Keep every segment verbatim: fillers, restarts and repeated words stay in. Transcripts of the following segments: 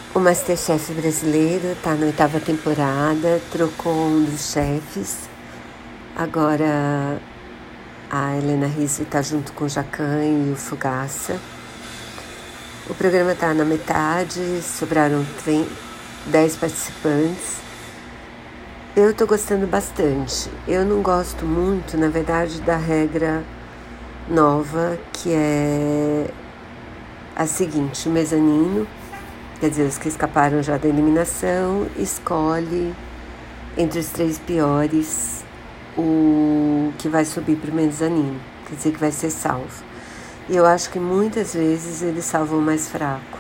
O MasterChef brasileiro está na oitava temporada, trocou um dos chefes. Agora a Helena Rizzo está junto com o Jacan e o Fogaça. O programa está na metade, sobraram dez participantes. Eu estou gostando bastante. Eu não gosto muito, na verdade, da regra nova, que é a seguinte: o mezanino, quer dizer, os que escaparam já da eliminação, escolhe entre os três piores o que vai subir para o mezanino, quer dizer, que vai ser salvo. E eu acho que muitas vezes eles salvam o mais fraco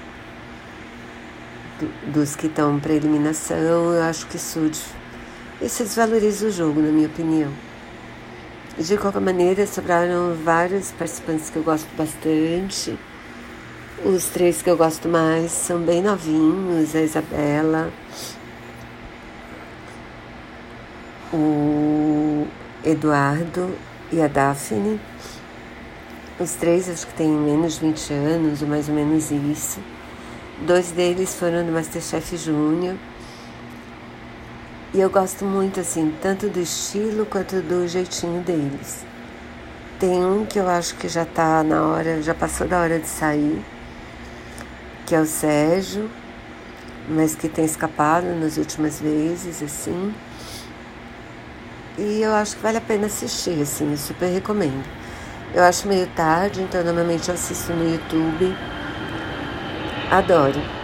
do, dos que estão para eliminação. Eu acho que isso, isso desvaloriza o jogo, na minha opinião. De qualquer maneira, sobraram vários participantes que eu gosto bastante. Os três que eu gosto mais são bem novinhos: a Isabela, o Eduardo e a Daphne. Os três acho que têm menos de vinte anos, ou mais ou menos isso. Dois deles foram no MasterChef Júnior. E eu gosto muito, assim, tanto do estilo quanto do jeitinho deles. Tem um que eu acho que já tá na hora, já passou da hora de sair, que é o Sérgio, mas que tem escapado nas últimas vezes, assim. E eu acho que vale a pena assistir, assim, eu super recomendo. Eu acho meio tarde, então normalmente eu assisto no YouTube. Adoro.